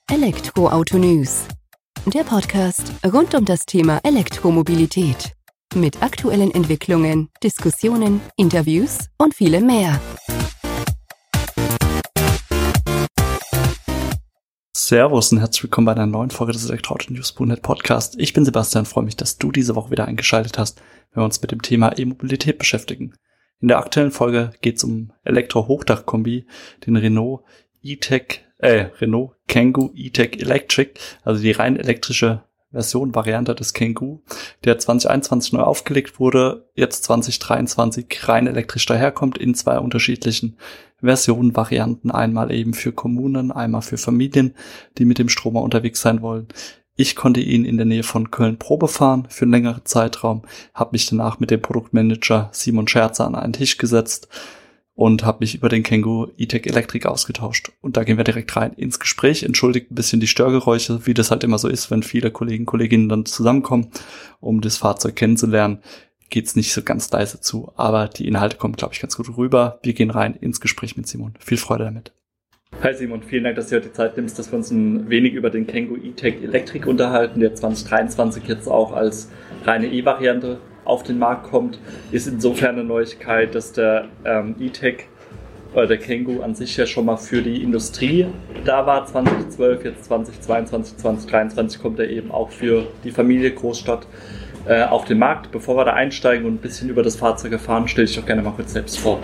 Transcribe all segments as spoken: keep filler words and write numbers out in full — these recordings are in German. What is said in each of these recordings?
Elektroauto News, der Podcast rund um das Thema Elektromobilität. Mit aktuellen Entwicklungen, Diskussionen, Interviews und vielem mehr. Servus und herzlich willkommen bei einer neuen Folge des Elektroauto News punkt net Podcast. Ich bin Sebastian, freue mich, dass du diese Woche wieder eingeschaltet hast, wenn wir uns mit dem Thema E-Mobilität beschäftigen. In der aktuellen Folge geht es um Elektro-Hochdach-Kombi, den Renault E-Tech, äh, Renault Kangoo E-Tech Electric, also die rein elektrische Version, Variante des Kangoo, der zwanzig einundzwanzig neu aufgelegt wurde, jetzt zwanzig dreiundzwanzig rein elektrisch daherkommt in zwei unterschiedlichen Versionen, Varianten, einmal eben für Kommunen, einmal für Familien, die mit dem Stromer unterwegs sein wollen. Ich konnte ihn in der Nähe von Köln Probe fahren für einen längeren Zeitraum, habe mich danach mit dem Produktmanager Simon Scherzer an einen Tisch gesetzt und habe mich über den Kangoo E-Tech Electric ausgetauscht. Und da gehen wir direkt rein ins Gespräch. Entschuldigt ein bisschen die Störgeräusche, wie das halt immer so ist, wenn viele Kollegen und Kolleginnen dann zusammenkommen, um das Fahrzeug kennenzulernen. Geht's nicht so ganz leise zu, aber die Inhalte kommen, glaube ich, ganz gut rüber. Wir gehen rein ins Gespräch mit Simon. Viel Freude damit. Hi Simon, vielen Dank, dass du heute die Zeit nimmst, dass wir uns ein wenig über den Kangoo E-Tech Electric unterhalten, der zwanzig dreiundzwanzig jetzt auch als reine E-Variante auf den Markt kommt. Ist insofern eine Neuigkeit, dass der ähm, E-Tech oder der Kangoo an sich ja schon mal für die Industrie da war, zwanzig zwölf, jetzt zwanzig zweiundzwanzig, zwanzig dreiundzwanzig kommt er eben auch für die Familie Großstadt äh, auf den Markt. Bevor wir da einsteigen und ein bisschen über das Fahrzeug erfahren, stell dich doch gerne mal kurz selbst vor.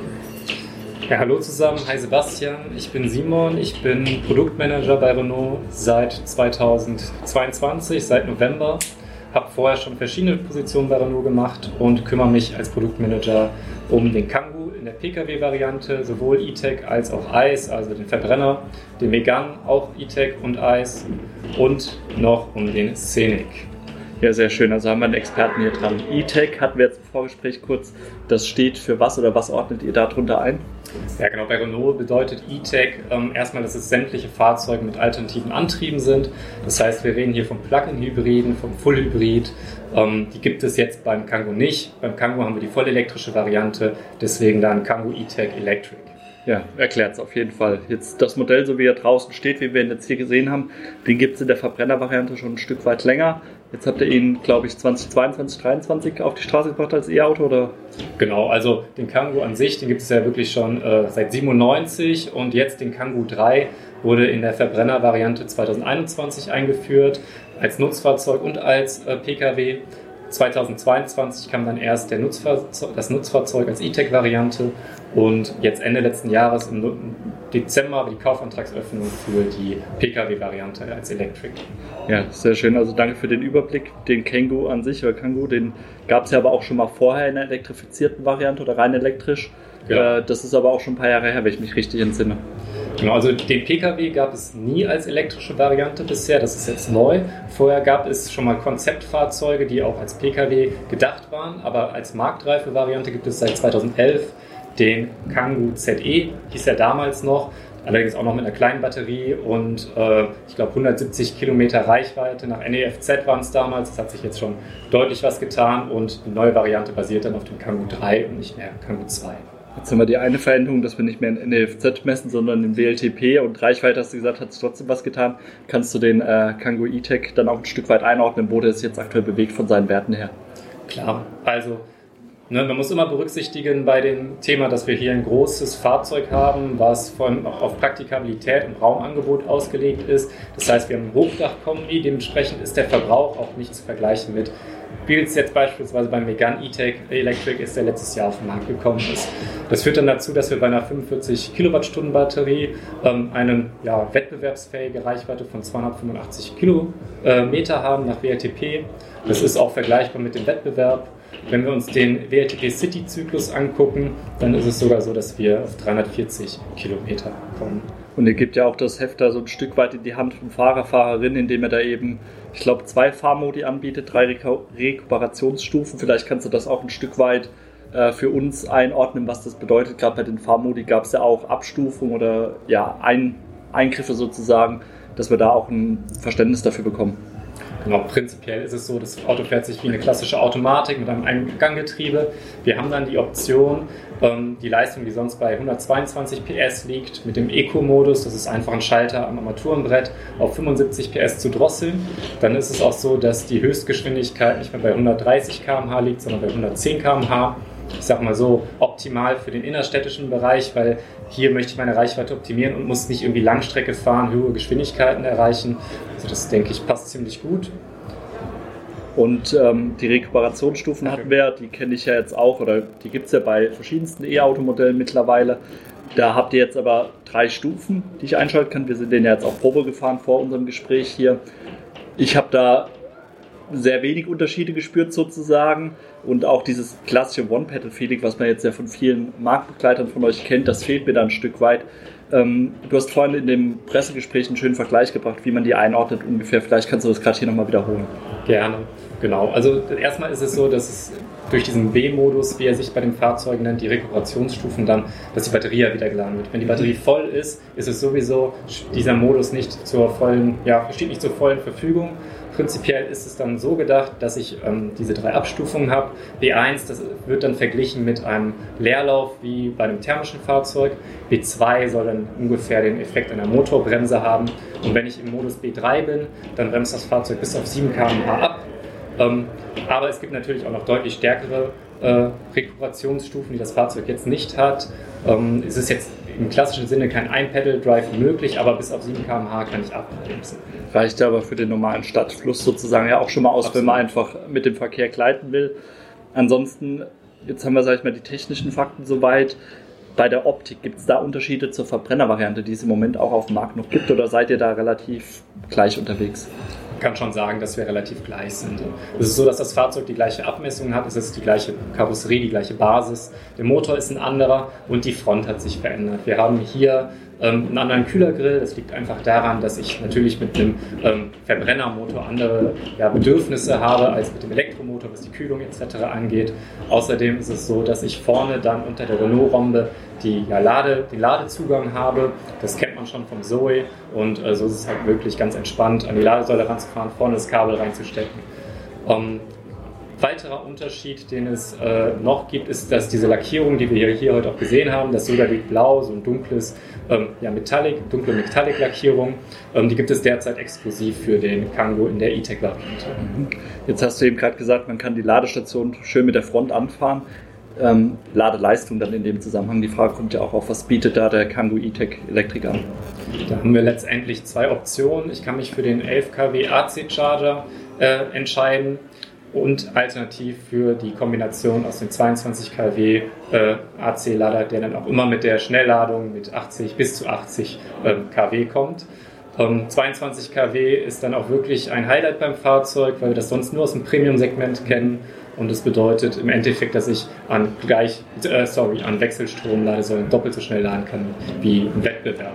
Ja, hallo zusammen, hi Sebastian, ich bin Simon, ich bin Produktmanager bei Renault seit zweitausendzweiundzwanzig, seit November, habe vorher schon verschiedene Positionen bei Renault gemacht und kümmere mich als Produktmanager um den Kangoo in der Pkw-Variante, sowohl E-Tech als auch ICE, also den Verbrenner, den Megane, auch E-Tech und ICE und noch um den Scenic. Ja, sehr schön. Also haben wir einen Experten hier dran. E-Tech hatten wir jetzt im Vorgespräch kurz. Das steht für was oder was ordnet ihr darunter ein? Ja, genau. Bei Renault bedeutet E-Tech ähm, erstmal, dass es sämtliche Fahrzeuge mit alternativen Antrieben sind. Das heißt, wir reden hier vom Plug-in-Hybriden, vom Full-Hybrid. Ähm, die gibt es jetzt beim Kangoo nicht. Beim Kangoo haben wir die vollelektrische Variante, deswegen dann Kangoo E-Tech Electric. Ja, erklärt es auf jeden Fall. Jetzt das Modell, so wie er draußen steht, wie wir ihn jetzt hier gesehen haben, den gibt es in der Verbrennervariante schon ein Stück weit länger. Jetzt habt ihr ihn, glaube ich, zwanzig zweiundzwanzig, dreiundzwanzig auf die Straße gebracht als E-Auto, oder? Genau, also den Kangoo an sich, den gibt es ja wirklich schon äh, seit siebenundneunzig und jetzt den Kangoo drei wurde in der Verbrennervariante zwanzig einundzwanzig eingeführt, als Nutzfahrzeug und als äh, Pkw. zweitausendzweiundzwanzig kam dann erst der Nutzfahrzeug, das Nutzfahrzeug als E-Tech-Variante und jetzt Ende letzten Jahres im Dezember die Kaufantragsöffnung für die Pkw-Variante als Electric. Ja, sehr schön. Also danke für den Überblick. Den Kangoo an sich, oder Kangoo, den gab es ja aber auch schon mal vorher in der elektrifizierten Variante oder rein elektrisch. Ja. Das ist aber auch schon ein paar Jahre her, wenn ich mich richtig entsinne. Genau, also den Pkw gab es nie als elektrische Variante bisher, das ist jetzt neu. Vorher gab es schon mal Konzeptfahrzeuge, die auch als Pkw gedacht waren, aber als marktreife Variante gibt es seit zweitausendelf den Kangoo Z E, hieß er damals noch, allerdings auch noch mit einer kleinen Batterie und äh, ich glaube hundertsiebzig Kilometer Reichweite nach N E F Z waren es damals, das hat sich jetzt schon deutlich was getan und die neue Variante basiert dann auf dem Kangoo drei und nicht mehr Kangoo zwei. Jetzt haben wir die eine Veränderung, dass wir nicht mehr in N E F Z messen, sondern in W L T P und Reichweite, hast du gesagt, hat es trotzdem was getan. Kannst du den äh, Kangoo E-Tech dann auch ein Stück weit einordnen, wo der ist jetzt aktuell bewegt von seinen Werten her? Klar, also ne, man muss immer berücksichtigen bei dem Thema, dass wir hier ein großes Fahrzeug haben, was vor allem auch auf Praktikabilität und Raumangebot ausgelegt ist. Das heißt, wir haben ein Hochdachkombi, dementsprechend ist der Verbrauch auch nicht zu vergleichen mit Spiels jetzt beispielsweise beim Megane E-Tech Electric ist, der letztes Jahr auf den Markt gekommen ist. Das führt dann dazu, dass wir bei einer fünfundvierzig Kilowattstunden Batterie ähm, eine ja, wettbewerbsfähige Reichweite von zweihundertfünfundachtzig Kilometer haben nach W L T P. Das ist auch vergleichbar mit dem Wettbewerb. Wenn wir uns den W L T P City-Zyklus angucken, dann ist es sogar so, dass wir auf dreihundertvierzig Kilometer kommen. Und ihr gebt ja auch das Heft da so ein Stück weit in die Hand vom Fahrer, Fahrerin, indem er da eben, ich glaube, zwei Fahrmodi anbietet, drei Reku- Rekuperationsstufen. Vielleicht kannst du das auch ein Stück weit äh, für uns einordnen, was das bedeutet. Gerade bei den Fahrmodi gab es ja auch Abstufungen oder ja, ein- Eingriffe sozusagen, dass wir da auch ein Verständnis dafür bekommen. Genau, prinzipiell ist es so, das Auto fährt sich wie eine klassische Automatik mit einem Einganggetriebe. Wir haben dann die Option, ähm, die Leistung, die sonst bei hundertzweiundzwanzig P S liegt, mit dem Eco-Modus, das ist einfach ein Schalter am Armaturenbrett, auf fünfundsiebzig P S zu drosseln. Dann ist es auch so, dass die Höchstgeschwindigkeit nicht mehr bei hundertdreißig Kilometer pro Stunde liegt, sondern bei hundertzehn Kilometer pro Stunde. Ich sag mal so, optimal für den innerstädtischen Bereich, weil hier möchte ich meine Reichweite optimieren und muss nicht irgendwie Langstrecke fahren, höhere Geschwindigkeiten erreichen. Also das, denke ich, passt ziemlich gut. Und ähm, die Rekuperationsstufen okay. hatten wir, die kenne ich ja jetzt auch, oder die gibt es ja bei verschiedensten E-Auto-Modellen mittlerweile. Da habt ihr jetzt aber drei Stufen, die ich einschalten kann. Wir sind den ja jetzt auch Probe gefahren vor unserem Gespräch hier. Ich habe da sehr wenig Unterschiede gespürt sozusagen und auch dieses klassische One-Pedal-Feeling, was man jetzt ja von vielen Marktbegleitern von euch kennt, das fehlt mir da ein Stück weit. Ähm, du hast vorhin in dem Pressegespräch einen schönen Vergleich gebracht, wie man die einordnet ungefähr. Vielleicht kannst du das gerade hier nochmal wiederholen. Gerne, genau. Also erstmal ist es so, dass es durch diesen B-Modus, wie er sich bei den Fahrzeugen nennt, die Rekuperationsstufen dann, dass die Batterie ja wieder geladen wird. Wenn die Batterie voll ist, ist es sowieso dieser Modus nicht zur vollen, ja, steht nicht zur vollen Verfügung. Prinzipiell ist es dann so gedacht, dass ich ähm, diese drei Abstufungen habe. B eins, das wird dann verglichen mit einem Leerlauf wie bei einem thermischen Fahrzeug. B zwei soll dann ungefähr den Effekt einer Motorbremse haben. Und wenn ich im Modus B drei bin, dann bremst das Fahrzeug bis auf sieben Kilometer pro Stunde ab. Ähm, aber es gibt natürlich auch noch deutlich stärkere äh, Rekuperationsstufen, die das Fahrzeug jetzt nicht hat. Ähm, es ist jetzt im klassischen Sinne kein Ein-Pedal-Drive möglich, aber bis auf sieben Kilometer pro Stunde kann ich abbremsen. Reicht aber für den normalen Stadtfluss sozusagen ja auch schon mal aus, Absolut. Wenn man einfach mit dem Verkehr gleiten will. Ansonsten, jetzt haben wir, sag ich mal, die technischen Fakten soweit. Bei der Optik, gibt es da Unterschiede zur Verbrennervariante, die es im Moment auch auf dem Markt noch gibt, oder seid ihr da relativ gleich unterwegs? Ich kann schon sagen, dass wir relativ gleich sind. Es ist so, dass das Fahrzeug die gleiche Abmessung hat, es ist die gleiche Karosserie, die gleiche Basis, der Motor ist ein anderer und die Front hat sich verändert. Wir haben hier ähm, einen anderen Kühlergrill, das liegt einfach daran, dass ich natürlich mit einem ähm, Verbrennermotor andere ja, Bedürfnisse habe als mit dem Elektromotor, was die Kühlung et cetera angeht. Außerdem ist es so, dass ich vorne dann unter der Renault-Rombe die ja, Lade, den Ladezugang habe. Das kennt man schon vom Zoe und äh, so ist es halt wirklich ganz entspannt, an die Ladesäule ranzufahren, vorne das Kabel reinzustecken. Ähm, weiterer Unterschied, den es äh, noch gibt, ist, dass diese Lackierung, die wir hier, hier heute auch gesehen haben, das Solarit Blau, so ein dunkles, ähm, ja, Metallic, dunkle Metallic-Lackierung, ähm, die gibt es derzeit exklusiv für den Kangoo in der E-Tech-Variante. Jetzt hast du eben gerade gesagt, man kann die Ladestation schön mit der Front anfahren. Ähm, Ladeleistung dann in dem Zusammenhang. Die Frage kommt ja auch auf, was bietet da der Kangoo E-Tech Elektrik an? Da haben wir letztendlich zwei Optionen. Ich kann mich für den elf Kilowatt A C Charger äh, entscheiden und alternativ für die Kombination aus dem zweiundzwanzig Kilowatt äh, A C Lader, der dann auch immer mit der Schnellladung mit achtzig bis zu achtzig äh, Kilowatt kommt. Ähm, zweiundzwanzig Kilowatt ist dann auch wirklich ein Highlight beim Fahrzeug, weil wir das sonst nur aus dem Premium-Segment kennen. Und das bedeutet im Endeffekt, dass ich an, gleich, äh, sorry, an Wechselstrom-Ladesäulen doppelt so schnell laden kann wie ein Wettbewerber.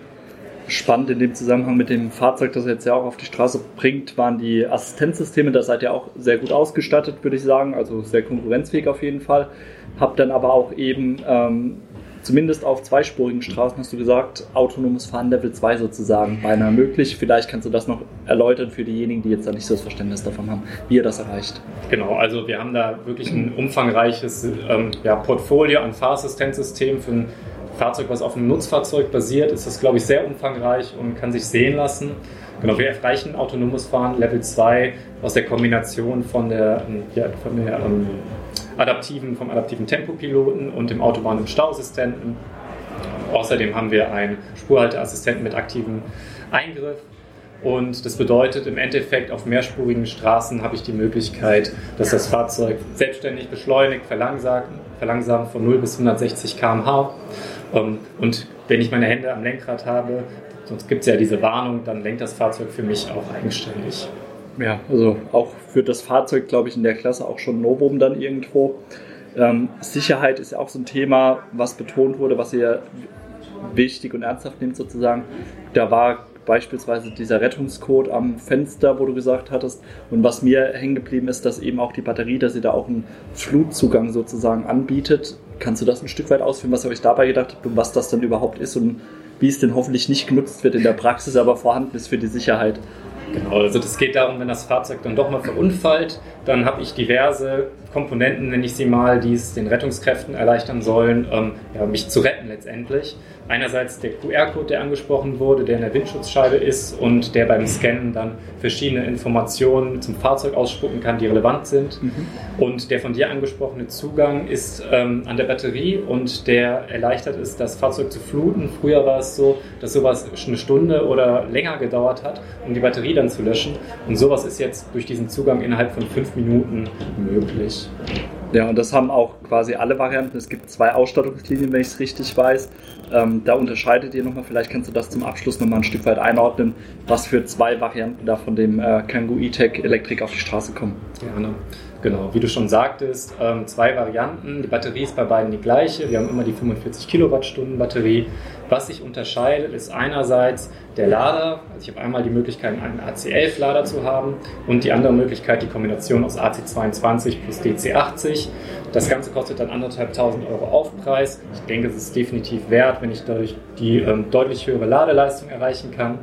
Spannend in dem Zusammenhang mit dem Fahrzeug, das er jetzt ja auch auf die Straße bringt, waren die Assistenzsysteme. Da seid ihr auch sehr gut ausgestattet, würde ich sagen. Also sehr konkurrenzfähig auf jeden Fall. Habt dann aber auch eben ähm, zumindest auf zweispurigen Straßen, hast du gesagt, autonomes Fahren Level zwei sozusagen beinahe möglich. Vielleicht kannst du das noch erläutern für diejenigen, die jetzt da nicht so das Verständnis davon haben, wie ihr das erreicht. Genau, also wir haben da wirklich ein umfangreiches ähm, ja, Portfolio an Fahrassistenzsystemen für ein Fahrzeug, was auf einem Nutzfahrzeug basiert. Ist das, glaube ich, sehr umfangreich und kann sich sehen lassen. Genau, wir erreichen autonomes Fahren Level zwei aus der Kombination von der, ja, von der ähm, adaptiven, vom adaptiven Tempopiloten und dem Autobahn- und Stauassistenten. Außerdem haben wir einen Spurhalteassistenten mit aktivem Eingriff. Und das bedeutet im Endeffekt, auf mehrspurigen Straßen habe ich die Möglichkeit, dass das Fahrzeug selbstständig beschleunigt, verlangsamt, verlangsamt von null bis hundertsechzig Kilometer pro Stunde. Und wenn ich meine Hände am Lenkrad habe, sonst gibt es ja diese Warnung, dann lenkt das Fahrzeug für mich auch eigenständig. Ja, also auch für das Fahrzeug, glaube ich, in der Klasse auch schon Novum dann irgendwo. Ähm, Sicherheit ist ja auch so ein Thema, was betont wurde, was ihr wichtig und ernsthaft nehmt sozusagen. Da war beispielsweise dieser Rettungscode am Fenster, wo du gesagt hattest. Und was mir hängen geblieben ist, dass eben auch die Batterie, dass sie da auch einen Flutzugang sozusagen anbietet. Kannst du das ein Stück weit ausführen, was ihr euch dabei gedacht habt und was das dann überhaupt ist und wie es denn hoffentlich nicht genutzt wird in der Praxis, aber vorhanden ist für die Sicherheit? Genau, also das geht darum, wenn das Fahrzeug dann doch mal verunfallt, dann habe ich diverse Komponenten, nenne ich sie mal, die es den Rettungskräften erleichtern sollen, ähm, ja, mich zu retten letztendlich. Einerseits der Q R-Code, der angesprochen wurde, der in der Windschutzscheibe ist und der beim Scannen dann verschiedene Informationen zum Fahrzeug ausspucken kann, die relevant sind. Mhm. Und der von dir angesprochene Zugang ist ähm, an der Batterie und der erleichtert es, das Fahrzeug zu fluten. Früher war es so, dass sowas eine Stunde oder länger gedauert hat, um die Batterie dann zu löschen. Und sowas ist jetzt durch diesen Zugang innerhalb von fünf Minuten möglich. Ja, und das haben auch quasi alle Varianten. Es gibt zwei Ausstattungslinien, wenn ich es richtig weiß. Ähm, da unterscheidet ihr nochmal, vielleicht kannst du das zum Abschluss nochmal ein Stück weit einordnen, was für zwei Varianten da von dem äh, Kangoo E-Tech Electric auf die Straße kommen. Gerne. Genau, wie du schon sagtest, ähm, zwei Varianten. Die Batterie ist bei beiden die gleiche. Wir haben immer die fünfundvierzig Kilowattstunden Batterie. Was sich unterscheidet, ist einerseits der Lader. Also ich habe einmal die Möglichkeit, einen A C elf Lader zu haben und die andere Möglichkeit, die Kombination aus A C zweiundzwanzig plus D C achtzig. Das Ganze kostet dann anderthalbtausend Euro Aufpreis. Ich denke, es ist definitiv wert, wenn ich dadurch die ähm, deutlich höhere Ladeleistung erreichen kann.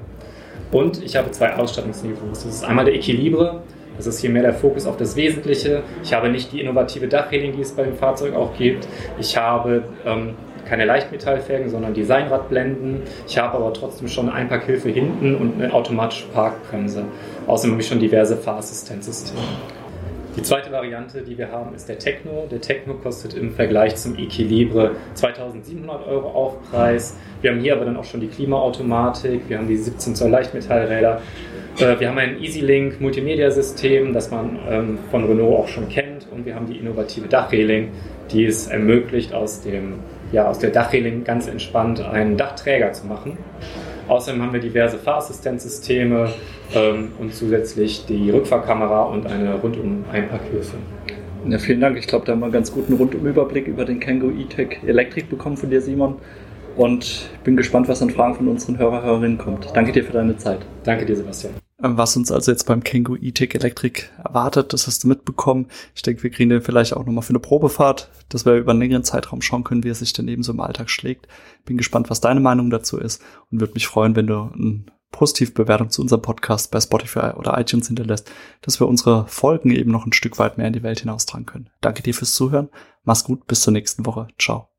Und ich habe zwei Ausstattungsniveaus. Das ist einmal der Equilibre. Das ist hier mehr der Fokus auf das Wesentliche. Ich habe nicht die innovative Dachreling, die es bei dem Fahrzeug auch gibt. Ich habe ähm, keine Leichtmetallfelgen, sondern Designradblenden. Ich habe aber trotzdem schon eine Einparkhilfe hinten und eine automatische Parkbremse. Außerdem habe ich schon diverse Fahrassistenzsysteme. Die zweite Variante, die wir haben, ist der Techno. Der Techno kostet im Vergleich zum Equilibre zweitausendsiebenhundert Euro Aufpreis. Wir haben hier aber dann auch schon die Klimaautomatik, wir haben die siebzehn Zoll Leichtmetallräder. Wir haben ein EasyLink Multimedia-System, das man ähm, von Renault auch schon kennt, und wir haben die innovative Dachreling, die es ermöglicht, aus, dem, ja, aus der Dachreling ganz entspannt einen Dachträger zu machen. Außerdem haben wir diverse Fahrassistenzsysteme ähm, und zusätzlich die Rückfahrkamera und eine Rundum-Einparkhilfe. Ja, vielen Dank. Ich glaube, da haben wir einen ganz guten Rundumüberblick über den Kangoo E-Tech Electric bekommen von dir, Simon. Und ich bin gespannt, was an Fragen von unseren Hörer, Hörerinnen kommt. Danke dir für deine Zeit. Danke dir, Sebastian. Was uns also jetzt beim Kangoo E-Tech Electric erwartet, das hast du mitbekommen. Ich denke, wir kriegen den vielleicht auch nochmal für eine Probefahrt, dass wir über einen längeren Zeitraum schauen können, wie er sich denn eben so im Alltag schlägt. Bin gespannt, was deine Meinung dazu ist, und würde mich freuen, wenn du eine Positivbewertung zu unserem Podcast bei Spotify oder iTunes hinterlässt, dass wir unsere Folgen eben noch ein Stück weit mehr in die Welt hinaustragen können. Danke dir fürs Zuhören. Mach's gut, bis zur nächsten Woche. Ciao.